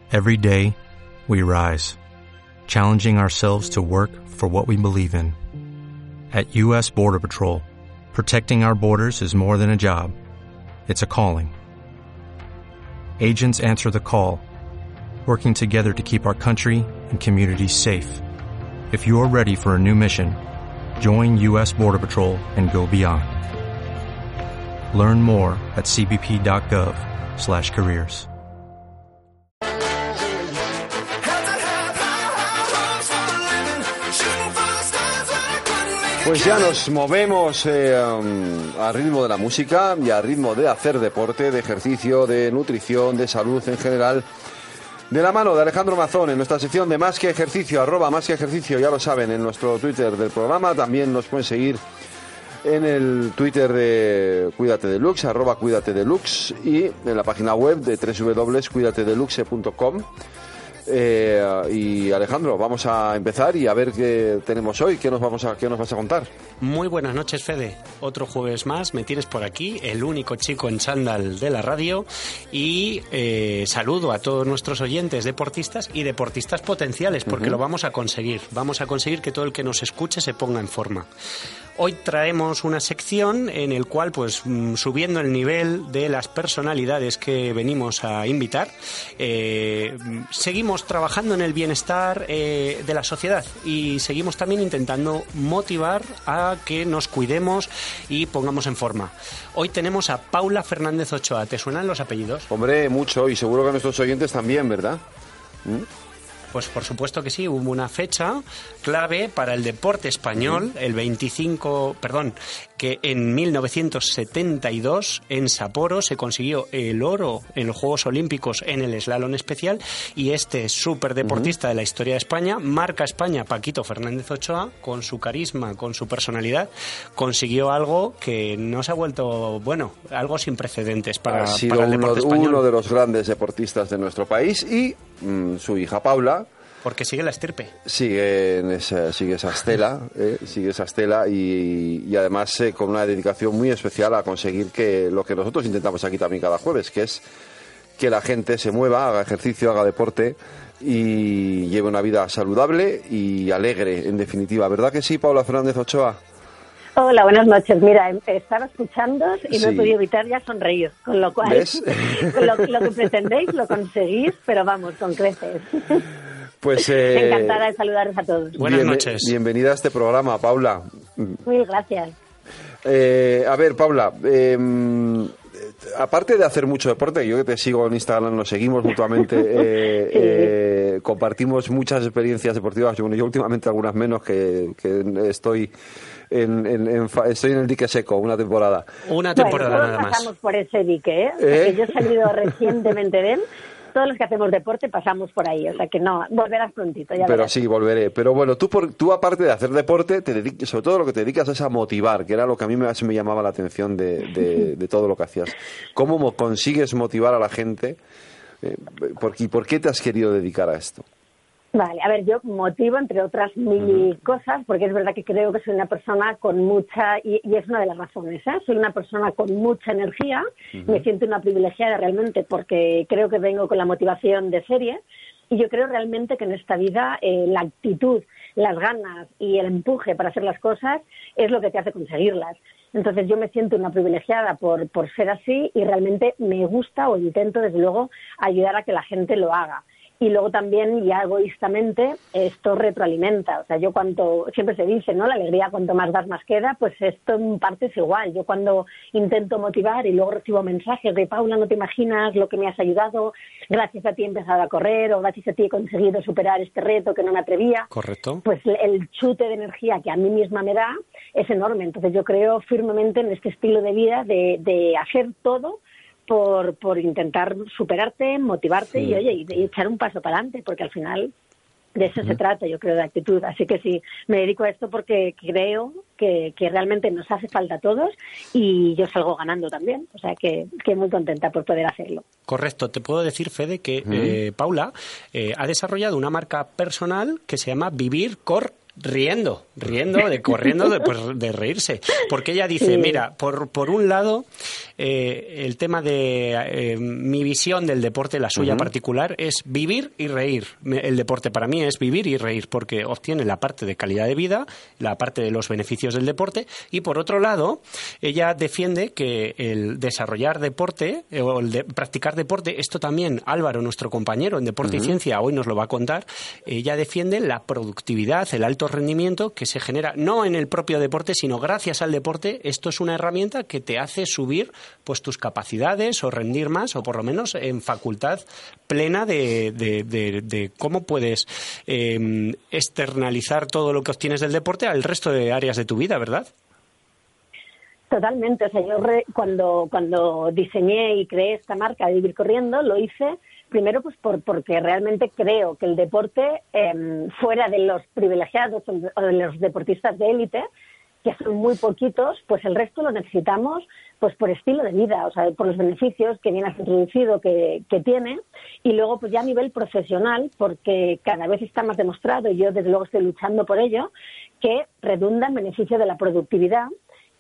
Every day, we rise, challenging ourselves to work for what we believe in. At U.S. Border Patrol, protecting our borders is more than a job. It's a calling. Agents answer the call, working together to keep our country and communities safe. If you're ready for a new mission, join U.S. Border Patrol and go beyond. Learn more at cbp.gov/careers. Pues ya nos movemos al ritmo de la música y al ritmo de hacer deporte, de ejercicio, de nutrición, de salud en general. De la mano de Alejandro Mazón en nuestra sección de Más que Ejercicio, @MásQueEjercicio, ya lo saben, en nuestro Twitter del programa. También nos pueden seguir en el Twitter de Cuídate Deluxe, @Cuídate Deluxe, y en la página web de www.cuidatedeluxe.com. Y Alejandro, vamos a empezar y a ver qué tenemos hoy, qué nos vas a contar. Muy buenas noches, Fede. Otro jueves más, me tienes por aquí, el único chico en chándal de la radio, y saludo a todos nuestros oyentes deportistas y deportistas potenciales, porque lo vamos a conseguir. Vamos a conseguir que todo el que nos escuche se ponga en forma. Hoy traemos una sección en el cual, pues, subiendo el nivel de las personalidades que venimos a invitar, seguimos trabajando en el bienestar de la sociedad y seguimos también intentando motivar a que nos cuidemos y pongamos en forma. Hoy tenemos a Paula Fernández Ochoa. ¿Te suenan los apellidos? Hombre, mucho, y seguro que a nuestros oyentes también, ¿verdad? Pues por supuesto que sí, hubo una fecha clave para el deporte español, que en 1972 en Sapporo se consiguió el oro en los Juegos Olímpicos en el slalom especial, y este superdeportista de la historia de España, marca España, Paquito Fernández Ochoa, con su carisma, con su personalidad, consiguió algo que no se ha vuelto, algo sin precedentes para el deporte español. Uno de los grandes deportistas de nuestro país, y su hija Paula, porque sigue la estirpe. Sigue esa estela, y además con una dedicación muy especial a conseguir que lo que nosotros intentamos aquí también cada jueves, que es que la gente se mueva, haga ejercicio, haga deporte y lleve una vida saludable y alegre, en definitiva. ¿Verdad que sí, Paula Fernández Ochoa? Hola, buenas noches. Mira, estaba escuchando y no he podido evitar ya sonreír, con lo cual lo que pretendéis lo conseguís, pero vamos, con creces. Pues encantada de saludaros a todos. Buenas noches. Bienvenida a este programa, Paula. Muy gracias. A ver, Paula, aparte de hacer mucho deporte, yo que te sigo en Instagram, nos seguimos mutuamente, compartimos muchas experiencias deportivas. Yo últimamente algunas menos, que estoy en el dique seco una temporada. Nada más. Pasamos por ese dique, porque yo he salido recientemente de él. Todos los que hacemos deporte pasamos por ahí, o sea que no, volverás prontito. Ya pero verás. Sí, volveré. Pero bueno, tú aparte de hacer deporte, sobre todo lo que te dedicas es a motivar, que era lo que a mí me llamaba la atención de todo lo que hacías. ¿Cómo consigues motivar a la gente? ¿Por qué te has querido dedicar a esto? Vale, a ver, yo motivo, entre otras mil cosas, porque es verdad que creo que soy una persona con mucha, y es una de las razones, soy una persona con mucha energía, me siento una privilegiada realmente porque creo que vengo con la motivación de serie, y yo creo realmente que en esta vida la actitud, las ganas y el empuje para hacer las cosas es lo que te hace conseguirlas. Entonces yo me siento una privilegiada por ser así, y realmente me gusta, o intento desde luego ayudar a que la gente lo haga. Y luego también, ya egoístamente, esto retroalimenta. O sea, yo siempre se dice, ¿no? La alegría, cuanto más das, más queda. Pues esto en parte es igual. Yo cuando intento motivar y luego recibo mensajes de Paula, no te imaginas lo que me has ayudado, gracias a ti he empezado a correr, o gracias a ti he conseguido superar este reto que no me atrevía. Correcto. Pues el chute de energía que a mí misma me da es enorme. Entonces yo creo firmemente en este estilo de vida de hacer todo por intentar superarte, motivarte y echar un paso para adelante, porque al final de eso se trata, yo creo, de actitud. Así que sí, me dedico a esto porque creo que realmente nos hace falta a todos, y yo salgo ganando también. O sea que muy contenta por poder hacerlo. Correcto. Te puedo decir, Fede, que Paula ha desarrollado una marca personal que se llama Vivir Cor corriendo de reírse. Porque ella dice, mira, por un lado, el tema de mi visión del deporte, la suya particular, es vivir y reír. El deporte para mí es vivir y reír, porque obtiene la parte de calidad de vida, la parte de los beneficios del deporte, y por otro lado, ella defiende que el desarrollar deporte, o practicar deporte, esto también Álvaro, nuestro compañero en Deporte y Ciencia, hoy nos lo va a contar, ella defiende la productividad, el alto rendimiento que se genera no en el propio deporte, sino gracias al deporte. Esto es una herramienta que te hace subir pues tus capacidades o rendir más, o por lo menos en facultad plena de cómo puedes externalizar todo lo que obtienes del deporte al resto de áreas de tu vida, ¿verdad? Totalmente. O sea, yo cuando diseñé y creé esta marca de Vivir Corriendo, lo hice primero pues porque realmente creo que el deporte, fuera de los privilegiados o de los deportistas de élite, que son muy poquitos, pues el resto lo necesitamos pues por estilo de vida, o sea, por los beneficios que bien has introducido que tiene, y luego pues ya a nivel profesional, porque cada vez está más demostrado, y yo desde luego estoy luchando por ello, que redunda en beneficio de la productividad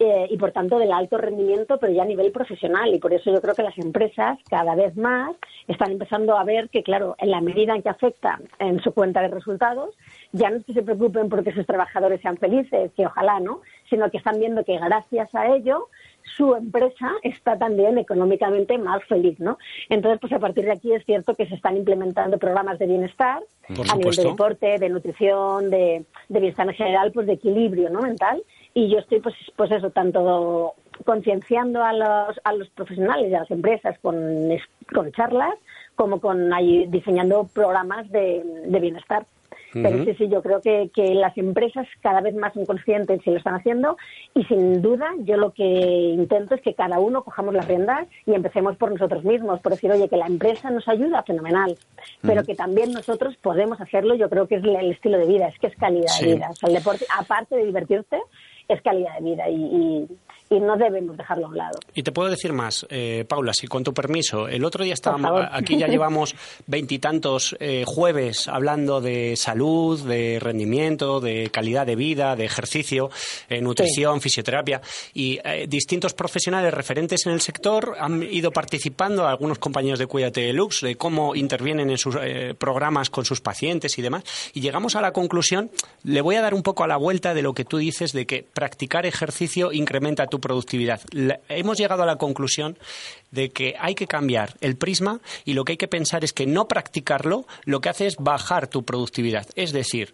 y por tanto del alto rendimiento, pero ya a nivel profesional. Y por eso yo creo que las empresas cada vez más están empezando a ver que, claro, en la medida en que afecta en su cuenta de resultados, ya no es que se preocupen porque sus trabajadores sean felices, que ojalá, ¿no?, sino que están viendo que gracias a ello su empresa está también económicamente más feliz, ¿no? Entonces, pues a partir de aquí es cierto que se están implementando programas de bienestar a nivel de deporte, de nutrición, de bienestar en general, pues de equilibrio, ¿no?, mental. Y yo estoy, pues eso, tanto concienciando a los profesionales y a las empresas con charlas, como diseñando programas de bienestar. Pero sí, yo creo que las empresas cada vez más son conscientes y lo están haciendo, y sin duda yo lo que intento es que cada uno cojamos las riendas y empecemos por nosotros mismos, por decir, oye, que la empresa nos ayuda, fenomenal, pero que también nosotros podemos hacerlo. Yo creo que es el estilo de vida, es que es calidad de vida. O sea, el deporte, aparte de divertirte, es calidad de vida y no debemos dejarlo a un lado. Y te puedo decir más, Paula, si con tu permiso. El otro día estábamos, aquí ya llevamos 20 y tantos jueves hablando de salud, de rendimiento, de calidad de vida, de ejercicio, nutrición, fisioterapia, y distintos profesionales referentes en el sector han ido participando, algunos compañeros de Cuídate Deluxe, de cómo intervienen en sus programas con sus pacientes y demás, y llegamos a la conclusión, le voy a dar un poco a la vuelta de lo que tú dices, de que practicar ejercicio incrementa tu productividad. Hemos llegado a la conclusión de que hay que cambiar el prisma, y lo que hay que pensar es que no practicarlo lo que hace es bajar tu productividad. Es decir,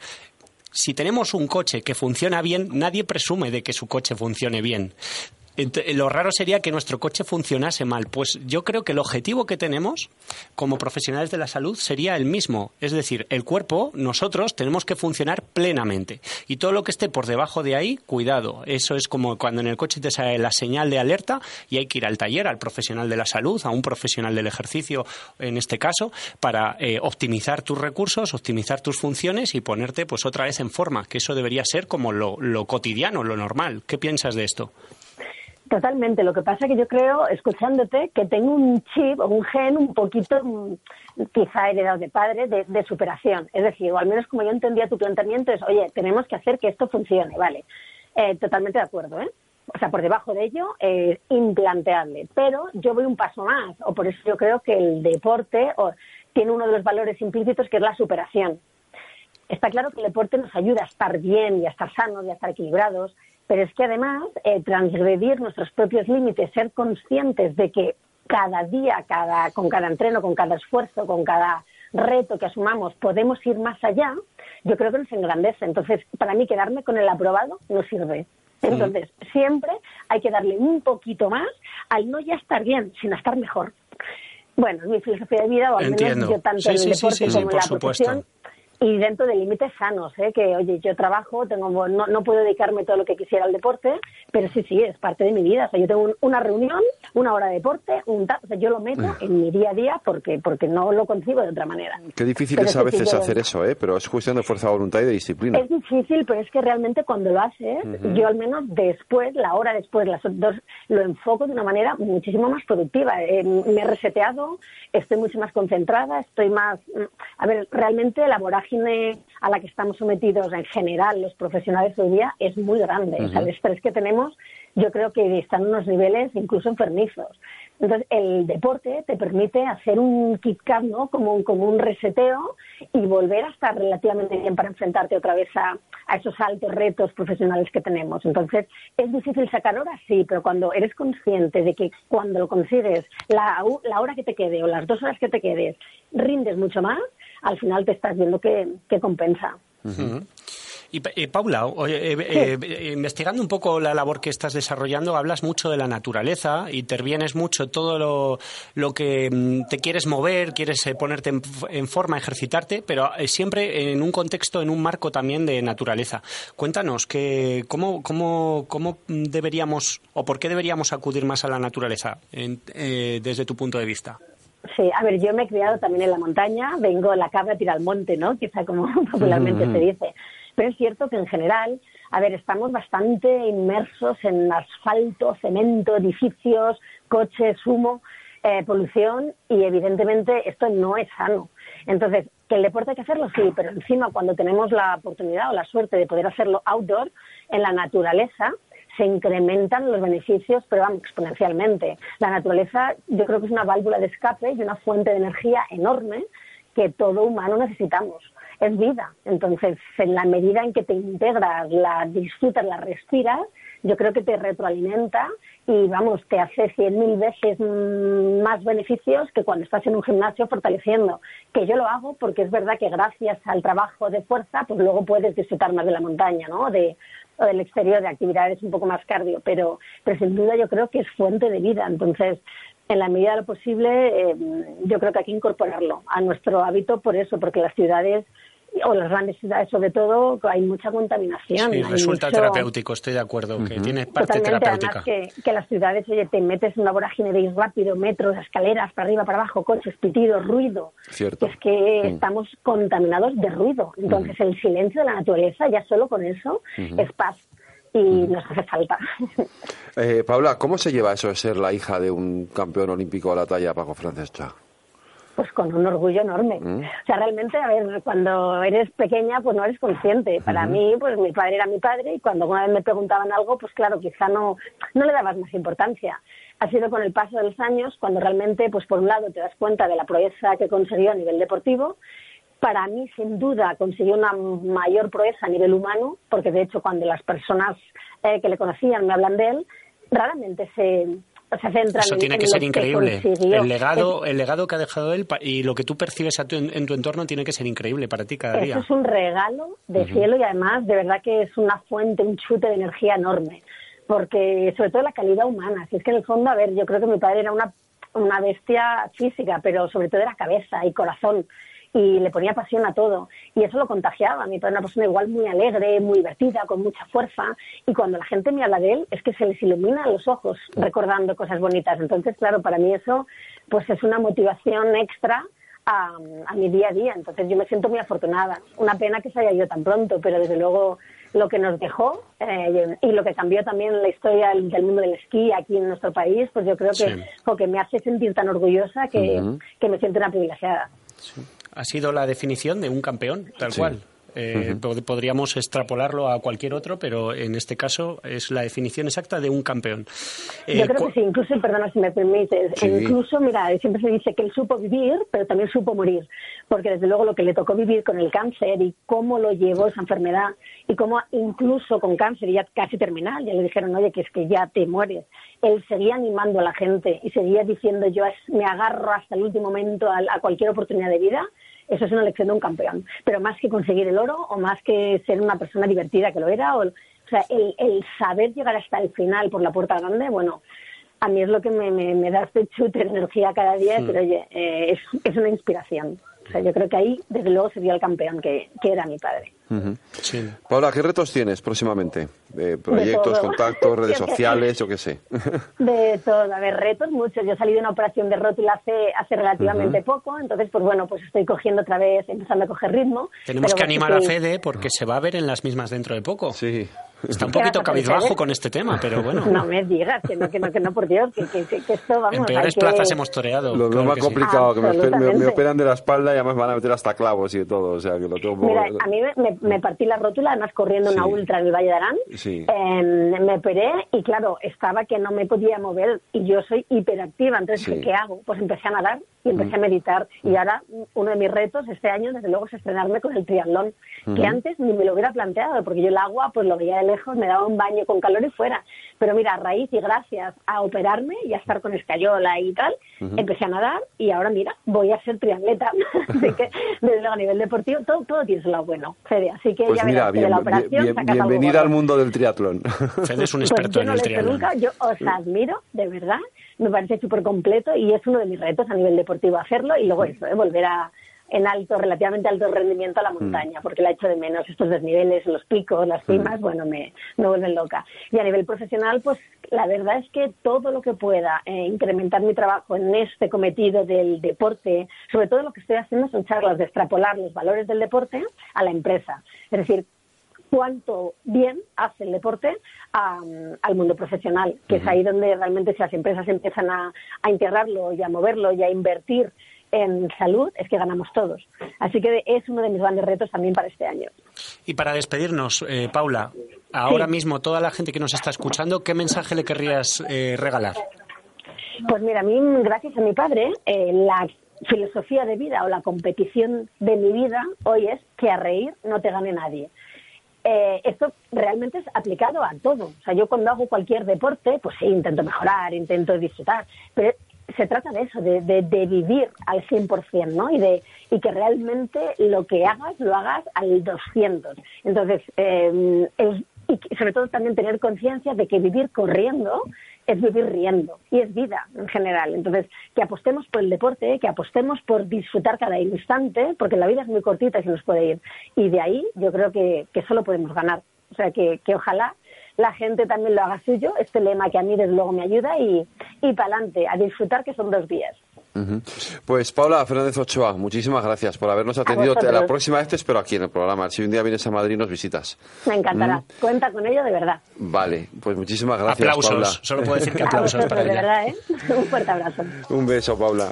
si tenemos un coche que funciona bien, nadie presume de que su coche funcione bien. Lo raro sería que nuestro coche funcionase mal. Pues yo creo que el objetivo que tenemos como profesionales de la salud sería el mismo. Es decir, el cuerpo, nosotros tenemos que funcionar plenamente. Y todo lo que esté por debajo de ahí, cuidado. Eso es como cuando en el coche te sale la señal de alerta y hay que ir al taller, al profesional de la salud, a un profesional del ejercicio, en este caso, para optimizar tus recursos, optimizar tus funciones y ponerte pues otra vez en forma. Que eso debería ser como lo cotidiano, lo normal. ¿Qué piensas de esto? Totalmente. Lo que pasa es que yo creo, escuchándote, que tengo un chip o un gen un poquito, quizá heredado de padre, de superación. Es decir, o al menos como yo entendía tu planteamiento, es, oye, tenemos que hacer que esto funcione, ¿vale? Totalmente de acuerdo, ¿eh? O sea, por debajo de ello, implanteable. Pero yo voy un paso más, o por eso yo creo que el deporte tiene uno de los valores implícitos, que es la superación. Está claro que el deporte nos ayuda a estar bien y a estar sanos y a estar equilibrados, pero es que además transgredir nuestros propios límites, ser conscientes de que cada día, con cada entreno, con cada esfuerzo, con cada reto que asumamos, podemos ir más allá, yo creo que nos engrandece. Entonces, para mí, quedarme con el aprobado no sirve. Entonces, siempre hay que darle un poquito más al no ya estar bien, sino a estar mejor. Bueno, es mi filosofía de vida, o al menos yo tanto en el deporte como en la profesión. Y dentro de límites sanos, que, oye, yo trabajo, no puedo dedicarme todo lo que quisiera al deporte, pero sí, es parte de mi vida. O sea, yo tengo una reunión, una hora de deporte, o sea, yo lo meto en mi día a día porque no lo concibo de otra manera. Qué difícil es a veces hacer eso, pero es cuestión de fuerza de voluntad y de disciplina. Es difícil, pero es que realmente cuando lo haces, yo al menos después, la hora después, las dos, lo enfoco de una manera muchísimo más productiva. Me he reseteado, estoy mucho más concentrada, estoy más... A ver, realmente la vorágine vorágine a la que estamos sometidos en general los profesionales hoy día es muy grande. O sea, el estrés que tenemos yo creo que están en unos niveles incluso enfermizos. Entonces, el deporte te permite hacer un kick-up, ¿no? Como un reseteo y volver a estar relativamente bien para enfrentarte otra vez a esos altos retos profesionales que tenemos. Entonces, ¿es difícil sacar horas? Sí, pero cuando eres consciente de que cuando lo consigues, la hora que te quede o las 2 horas que te quedes, rindes mucho más, al final te estás viendo que compensa. Y Paula, investigando un poco la labor que estás desarrollando, hablas mucho de la naturaleza, intervienes mucho todo lo que te quieres mover, quieres ponerte en forma, ejercitarte, pero siempre en un contexto, en un marco también de naturaleza. Cuéntanos cómo deberíamos o por qué deberíamos acudir más a la naturaleza desde tu punto de vista. Sí, a ver, yo me he criado también en la montaña, vengo la cabra tira al monte, ¿no? Quizá como popularmente se dice. Pero es cierto que en general, a ver, estamos bastante inmersos en asfalto, cemento, edificios, coches, humo, polución, y evidentemente esto no es sano. Entonces, ¿que el deporte hay que hacerlo? Sí, pero encima cuando tenemos la oportunidad o la suerte de poder hacerlo outdoor, en la naturaleza, se incrementan los beneficios, pero vamos, exponencialmente. La naturaleza yo creo que es una válvula de escape y una fuente de energía enorme que todo humano necesitamos. Es vida. Entonces, en la medida en que te integras, la disfrutas, la respiras, yo creo que te retroalimenta y, vamos, te hace 100.000 veces más beneficios que cuando estás en un gimnasio fortaleciendo. Que yo lo hago porque es verdad que gracias al trabajo de fuerza, pues luego puedes disfrutar más de la montaña, ¿no? O del exterior, de actividades un poco más cardio, pero sin duda yo creo que es fuente de vida. Entonces, en la medida de lo posible, yo creo que hay que incorporarlo a nuestro hábito por eso, porque las ciudades, o las grandes ciudades sobre todo, hay mucha contaminación. Sí, resulta terapéutico, estoy de acuerdo, que tiene parte terapéutica. Además que las ciudades, oye, te metes en una vorágine de ir rápido, metros, escaleras, para arriba, para abajo, coches, pitidos, ruido. Cierto. Es que estamos contaminados de ruido. Entonces el silencio de la naturaleza, ya solo con eso, es paz. Y nos hace falta. Paula, ¿cómo se lleva eso de ser la hija de un campeón olímpico a la talla, Paco Francescha? Pues con un orgullo enorme. O sea, realmente, a ver, cuando eres pequeña, pues no eres consciente. Para mí, pues mi padre era mi padre y cuando alguna vez me preguntaban algo, pues claro, quizá no le dabas más importancia. Ha sido con el paso de los años cuando realmente, pues por un lado, te das cuenta de la proeza que consiguió a nivel deportivo. Para mí, sin duda, consiguió una mayor proeza a nivel humano, porque de hecho, cuando las personas que le conocían me hablan de él, raramente se centran Eso tiene que ser increíble. El legado que ha dejado él y lo que tú percibes en tu entorno tiene que ser increíble para ti cada día. Eso es un regalo de cielo y además de verdad que es una fuente, un chute de energía enorme. Porque sobre todo la calidad humana. Si es que en el fondo, a ver, yo creo que mi padre era una bestia física, pero sobre todo era cabeza y corazón. Y le ponía pasión a todo. Y eso lo contagiaba. Mi padre era una persona igual muy alegre, muy divertida, con mucha fuerza. Y cuando la gente me habla de él, es que se les iluminan los ojos recordando cosas bonitas. Entonces, claro, para mí eso pues es una motivación extra a mi día a día. Entonces yo me siento muy afortunada. Una pena que se haya ido tan pronto, pero desde luego lo que nos dejó y lo que cambió también la historia del mundo del esquí aquí en nuestro país, pues yo creo que me hace sentir tan orgullosa que me siento una privilegiada. Sí. Ha sido la definición de un campeón, tal cual. Podríamos extrapolarlo a cualquier otro, pero en este caso es la definición exacta de un campeón. Yo creo que sí, incluso, perdona si me permites, incluso, mira, siempre se dice que él supo vivir, pero también supo morir, porque desde luego lo que le tocó vivir con el cáncer y cómo lo llevó esa enfermedad y cómo incluso con cáncer ya casi terminal, ya le dijeron, oye, que es que ya te mueres. Él seguía animando a la gente y seguía diciendo, yo me agarro hasta el último momento a cualquier oportunidad de vida. Eso es una lección de un campeón. Pero más que conseguir el oro o más que ser una persona divertida, que lo era, o sea, el saber llegar hasta el final por la puerta grande, bueno, a mí es lo que me da este chute de energía cada día, pero oye, es una inspiración. O sea, yo creo que ahí, desde luego, sería el campeón que era mi padre. Sí. Paula, ¿qué retos tienes próximamente? Proyectos, contactos, redes sociales, yo qué sé. De todo, a ver, retos muchos. Yo salí de una operación de rótula hace relativamente poco, entonces, pues bueno, pues estoy cogiendo otra vez, empezando a coger ritmo. Tenemos que animar a Fede porque se va a ver en las mismas dentro de poco. Sí. Está un poquito cabizbajo con este tema, pero bueno. No me digas, que no, por Dios, que esto, vamos... En peores plazas hemos toreado. Lo claro más complicado, sí. que me operan de la espalda y además van a meter hasta clavos y de todo, o sea, que lo tengo... Mira, a mí me partí la rótula, además corriendo una ultra en el Valle de Arán. Sí. Me operé y, claro, estaba que no me podía mover y yo soy hiperactiva, entonces, Sí. ¿qué hago? Pues empecé a nadar y empecé a meditar. Y ahora, uno de mis retos este año, desde luego, es estrenarme con el triatlón, que antes ni me lo hubiera planteado, porque yo el agua, pues lo veía de lejos, me daba un baño con calor y fuera. Pero mira, a raíz y gracias a operarme y a estar con escayola y tal, empecé a nadar y ahora, mira, voy a ser triatleta. Así que, desde luego, a nivel deportivo, todo tiene su lado bueno, Fede. Así que Pues ya mira, verás que de la operación sacas algo bienvenida bueno. al mundo del triatlón. Fede es un Pues experto yo no en el lo he hecho triatlón. nunca, yo os admiro, de verdad, me parece súper completo y es uno de mis retos a nivel deportivo hacerlo y luego eso, volver en relativamente alto rendimiento a la montaña, porque la echo de menos, estos desniveles, los picos, las cimas, bueno, me vuelven loca. Y a nivel profesional, pues la verdad es que todo lo que pueda incrementar mi trabajo en este cometido del deporte, sobre todo lo que estoy haciendo son charlas de extrapolar los valores del deporte a la empresa. Es decir, cuánto bien hace el deporte al mundo profesional, que es ahí donde realmente si las empresas empiezan a integrarlo y a moverlo y a invertir en salud, es que ganamos todos. Así que es uno de mis grandes retos también para este año. Y para despedirnos, Paula, ahora mismo toda la gente que nos está escuchando, ¿qué mensaje le querrías regalar? Pues mira, a mí, gracias a mi padre, la filosofía de vida o la competición de mi vida hoy es que a reír no te gane nadie. Esto realmente es aplicado a todo. O sea, yo cuando hago cualquier deporte, pues sí, intento mejorar, intento disfrutar, pero se trata de eso, de vivir al 100%, ¿no? Y que realmente lo que hagas, lo hagas al 200. Entonces, y sobre todo también tener conciencia de que vivir corriendo es vivir riendo y es vida en general. Entonces, que apostemos por el deporte, que apostemos por disfrutar cada instante, porque la vida es muy cortita y se nos puede ir. Y de ahí yo creo que solo podemos ganar. O sea, que ojalá la gente también lo haga suyo, este lema que a mí desde luego me ayuda y para adelante, a disfrutar, que son 2 días. Pues Paula Fernández Ochoa, muchísimas gracias por habernos atendido. La próxima vez te espero aquí en el programa. Si un día vienes a Madrid nos visitas. Me encantará. Cuenta con ello de verdad. Vale, pues muchísimas gracias, aplausos, Paula. Solo puedo decir que aplausos vosotros, para ella. de verdad, ¿eh? Un fuerte abrazo. Un beso, Paula.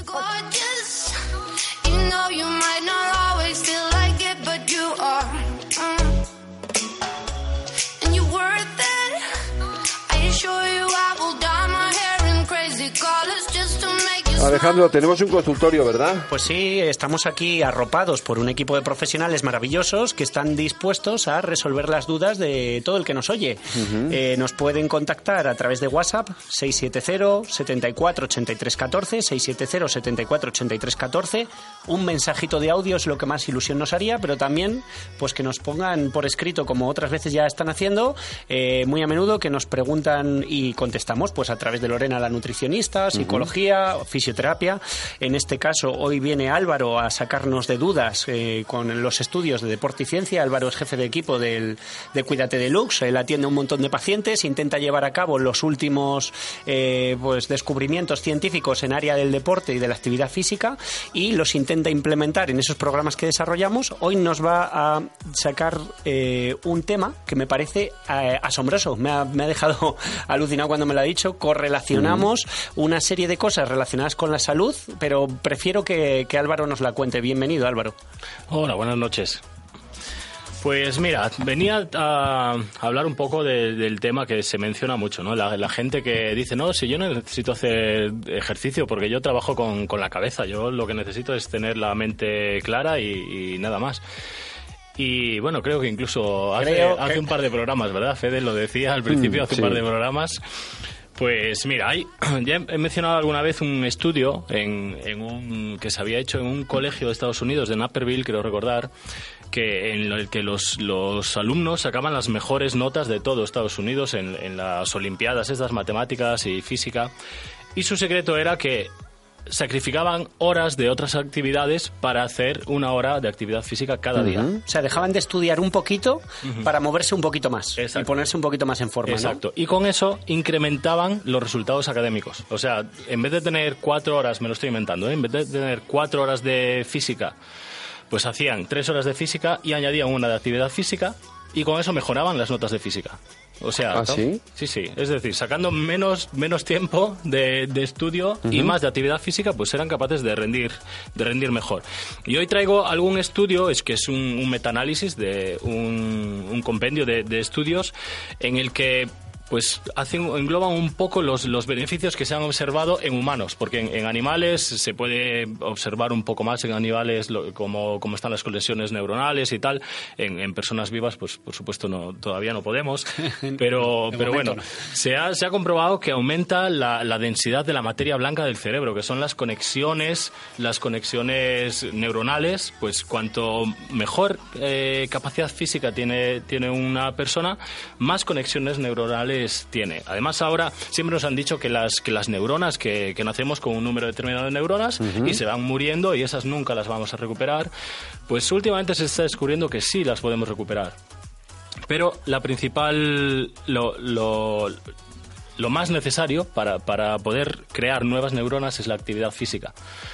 Alejandro, tenemos un consultorio, ¿verdad? Pues sí, estamos aquí arropados por un equipo de profesionales maravillosos que están dispuestos a resolver las dudas de todo el que nos oye. Nos pueden contactar a través de WhatsApp 670 74 83 14, 670 74 83 14. Un mensajito de audio es lo que más ilusión nos haría, pero también pues que nos pongan por escrito, como otras veces ya están haciendo, muy a menudo, que nos preguntan y contestamos pues a través de Lorena, la nutricionista, psicología, fisioterapia. En este caso, hoy viene Álvaro a sacarnos de dudas con los estudios de deporte y ciencia. Álvaro es jefe de equipo de Cuídate Deluxe. Él atiende a un montón de pacientes, intenta llevar a cabo los últimos pues descubrimientos científicos en área del deporte y de la actividad física y los intenta implementar en esos programas que desarrollamos. Hoy nos va a sacar un tema que me parece asombroso. Me ha dejado alucinado cuando me lo ha dicho. Correlacionamos una serie de cosas relacionadas con la salud, pero prefiero que Álvaro nos la cuente. Bienvenido, Álvaro. Hola, buenas noches. Pues mira, venía a hablar un poco del tema que se menciona mucho, ¿no? La gente que dice, no, si yo no necesito hacer ejercicio porque yo trabajo con la cabeza, yo lo que necesito es tener la mente clara y nada más. Y bueno, creo que incluso hace un par de programas, ¿verdad? Fede lo decía al principio, hace un par de programas. Pues mira, ya he mencionado alguna vez un estudio que se había hecho en un colegio de Estados Unidos, de Naperville, quiero recordar, en el que los alumnos sacaban las mejores notas de todo Estados Unidos en las Olimpiadas, estas matemáticas y física, y su secreto era que sacrificaban horas de otras actividades para hacer 1 hora de actividad física cada día. O sea, dejaban de estudiar un poquito para moverse un poquito más. Exacto. Y ponerse un poquito más en forma, Exacto. ¿no? Y con eso incrementaban los resultados académicos. O sea, en vez de tener 4 horas, me lo estoy inventando, en vez de tener 4 horas de física, pues hacían 3 horas de física y añadían 1 de actividad física y con eso mejoraban las notas de física. O sea, ¿Ah, sí? Sí. Es decir, sacando menos tiempo de estudio y más de actividad física, pues eran capaces de rendir mejor. Y hoy traigo algún estudio, que es un metaanálisis de un compendio de estudios en el que pues engloban un poco los beneficios que se han observado en humanos, porque en animales se puede observar un poco más en animales cómo están las conexiones neuronales y tal. En personas vivas, pues por supuesto todavía no podemos, pero bueno, se ha comprobado que aumenta la densidad de la materia blanca del cerebro, que son las conexiones neuronales. Pues cuanto mejor capacidad física tiene una persona, más conexiones neuronales tiene. Además, ahora siempre nos han dicho que las neuronas, que nacemos con un número determinado de neuronas y se van muriendo y esas nunca las vamos a recuperar, pues últimamente se está descubriendo que sí las podemos recuperar. Pero la principal, lo más necesario para poder crear nuevas neuronas es la actividad física.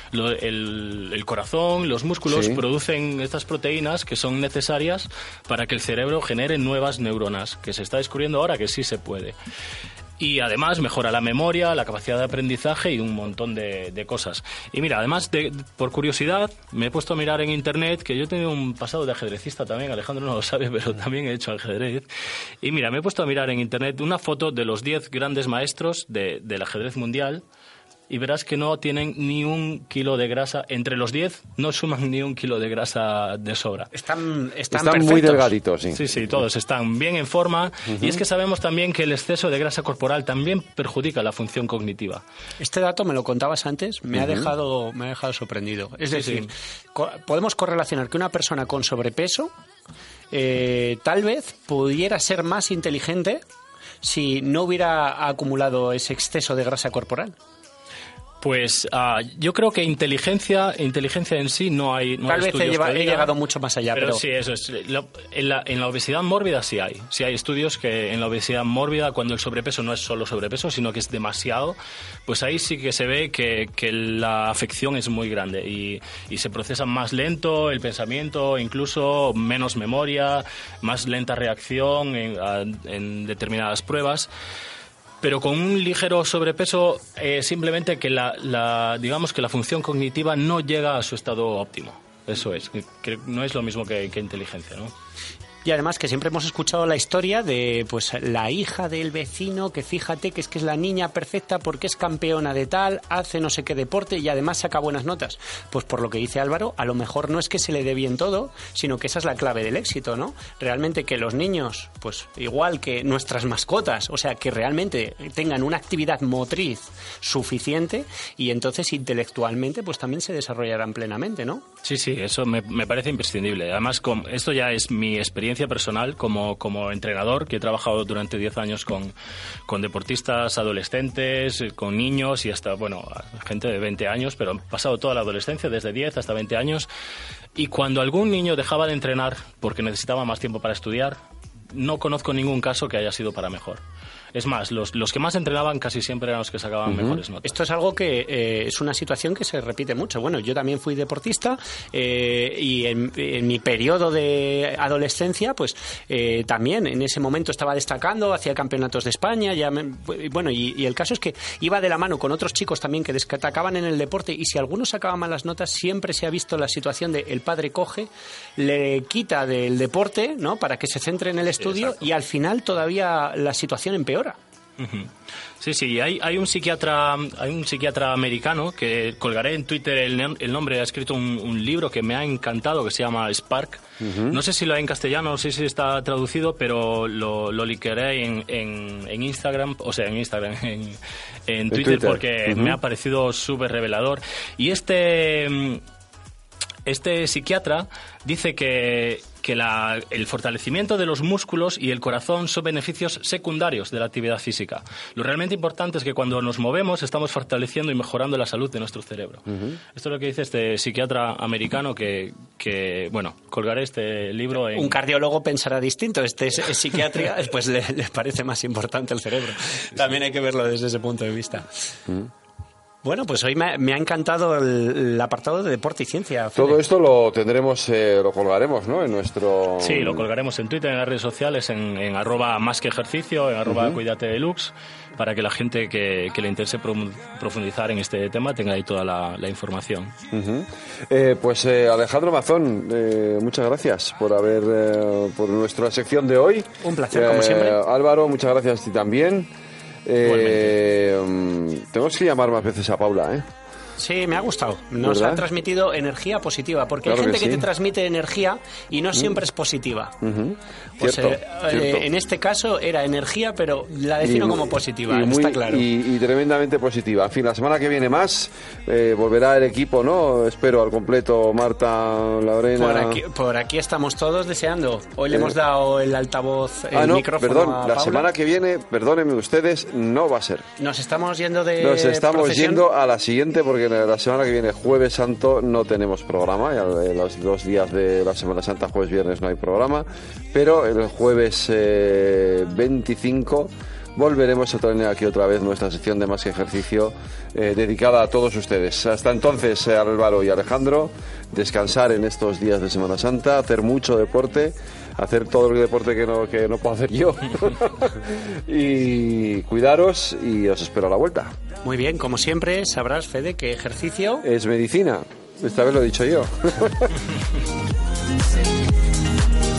El corazón, los músculos producen estas proteínas que son necesarias para que el cerebro genere nuevas neuronas, que se está descubriendo ahora que sí se puede. Y además mejora la memoria, la capacidad de aprendizaje y un montón de cosas. Y mira, además, por curiosidad, me he puesto a mirar en Internet, que yo he tenido un pasado de ajedrecista también, Alejandro no lo sabe, pero también he hecho ajedrez. Y mira, me he puesto a mirar en Internet una foto de los 10 grandes maestros del ajedrez mundial, y verás que no tienen ni 1 kilo de grasa. Entre los 10 no suman ni 1 kilo de grasa de sobra. Están perfectos. muy delgaditos, sí. Sí, todos están bien en forma. Y es que sabemos también que el exceso de grasa corporal también perjudica la función cognitiva. Este dato me lo contabas antes, me ha dejado sorprendido. Es decir, podemos correlacionar que una persona con sobrepeso tal vez pudiera ser más inteligente si no hubiera acumulado ese exceso de grasa corporal. Pues yo creo que inteligencia en sí no hay. Tal vez he llegado mucho más allá, pero sí, eso es. En la obesidad mórbida sí hay. Sí hay estudios que en la obesidad mórbida, cuando el sobrepeso no es solo sobrepeso, sino que es demasiado, pues ahí sí que se ve que la afección es muy grande y se procesa más lento el pensamiento, incluso menos memoria, más lenta reacción en determinadas pruebas. Pero con un ligero sobrepeso, simplemente que digamos que la función cognitiva no llega a su estado óptimo. Eso es, que no es lo mismo que inteligencia, ¿no? Y además que siempre hemos escuchado la historia de pues la hija del vecino, que fíjate que es la niña perfecta porque es campeona de tal, hace no sé qué deporte y además saca buenas notas. Pues por lo que dice Álvaro, a lo mejor no es que se le dé bien todo, sino que esa es la clave del éxito, ¿no? Realmente que los niños, pues igual que nuestras mascotas, o sea, que realmente tengan una actividad motriz suficiente y entonces intelectualmente pues también se desarrollarán plenamente, ¿no? Sí, eso me parece imprescindible. Además, esto ya es mi experiencia personal como entrenador, que he trabajado durante 10 años con deportistas adolescentes, con niños y hasta, gente de 20 años, pero he pasado toda la adolescencia, desde 10 hasta 20 años. Y cuando algún niño dejaba de entrenar porque necesitaba más tiempo para estudiar, no conozco ningún caso que haya sido para mejor. Es más, los que más entrenaban casi siempre eran los que sacaban mejores notas. Esto es algo que es una situación que se repite mucho. Bueno, yo también fui deportista y en mi periodo de adolescencia, pues también en ese momento estaba destacando, hacía campeonatos de España. Y el caso es que iba de la mano con otros chicos también que destacaban en el deporte y si alguno sacaba malas notas, siempre se ha visto la situación de el padre coge, le quita del deporte, ¿no?, para que se centre en el estudio y al final todavía la situación empeora. Sí, hay un psiquiatra americano que colgaré en Twitter el nombre, ha escrito un libro que me ha encantado que se llama Spark. No sé si lo hay en castellano, no sé si está traducido, pero lo linkearé en Instagram, en Twitter porque me ha parecido súper revelador. Y este este psiquiatra dice que el fortalecimiento de los músculos y el corazón son beneficios secundarios de la actividad física. Lo realmente importante es que cuando nos movemos estamos fortaleciendo y mejorando la salud de nuestro cerebro. Esto es lo que dice este psiquiatra americano que bueno, colgaré este libro en... Un cardiólogo pensará distinto. Este es psiquiatría, pues le parece más importante el cerebro. También hay que verlo desde ese punto de vista. Bueno, pues hoy me ha encantado el apartado de deporte y ciencia, Fede. Todo esto lo tendremos, lo colgaremos, ¿no? En nuestro... Sí, lo colgaremos en Twitter, en las redes sociales, en @másqueejercicio, en @cuídate deluxe, para que la gente que le interese profundizar en este tema tenga ahí toda la información. Pues Alejandro Mazón, muchas gracias por por nuestra sección de hoy. Un placer, como siempre. Álvaro, muchas gracias a ti también. Tenemos que llamar más veces a Paula, ¿eh? Sí, me ha gustado. Nos ¿verdad? ha transmitido energía positiva, porque Claro hay gente que que sí. te transmite energía y no siempre es positiva. Pues Cierto. en este caso era energía, pero la defino como positiva, está claro. Y tremendamente positiva. En fin, la semana que viene más volverá el equipo, ¿no? Espero al completo, Marta, Lorena... Por aquí estamos todos deseando. Hoy le hemos dado el altavoz, el no, micrófono perdón, a la Paula. semana que viene, perdónenme ustedes, no va a ser. Nos estamos yendo de Nos estamos procesión. yendo a la siguiente porque la semana que viene, Jueves Santo, no tenemos programa. Ya los 2 días de la Semana Santa, jueves, viernes, no hay programa. Pero el jueves 25 volveremos a tener aquí otra vez nuestra sección de Más que Ejercicio dedicada a todos ustedes. Hasta entonces, Álvaro y Alejandro, descansar en estos días de Semana Santa, hacer mucho deporte, hacer todo el deporte que no puedo hacer yo y cuidaros, y os espero a la vuelta. Muy bien, como siempre, sabrás, Fede, que ejercicio... Es medicina, esta vez lo he dicho yo.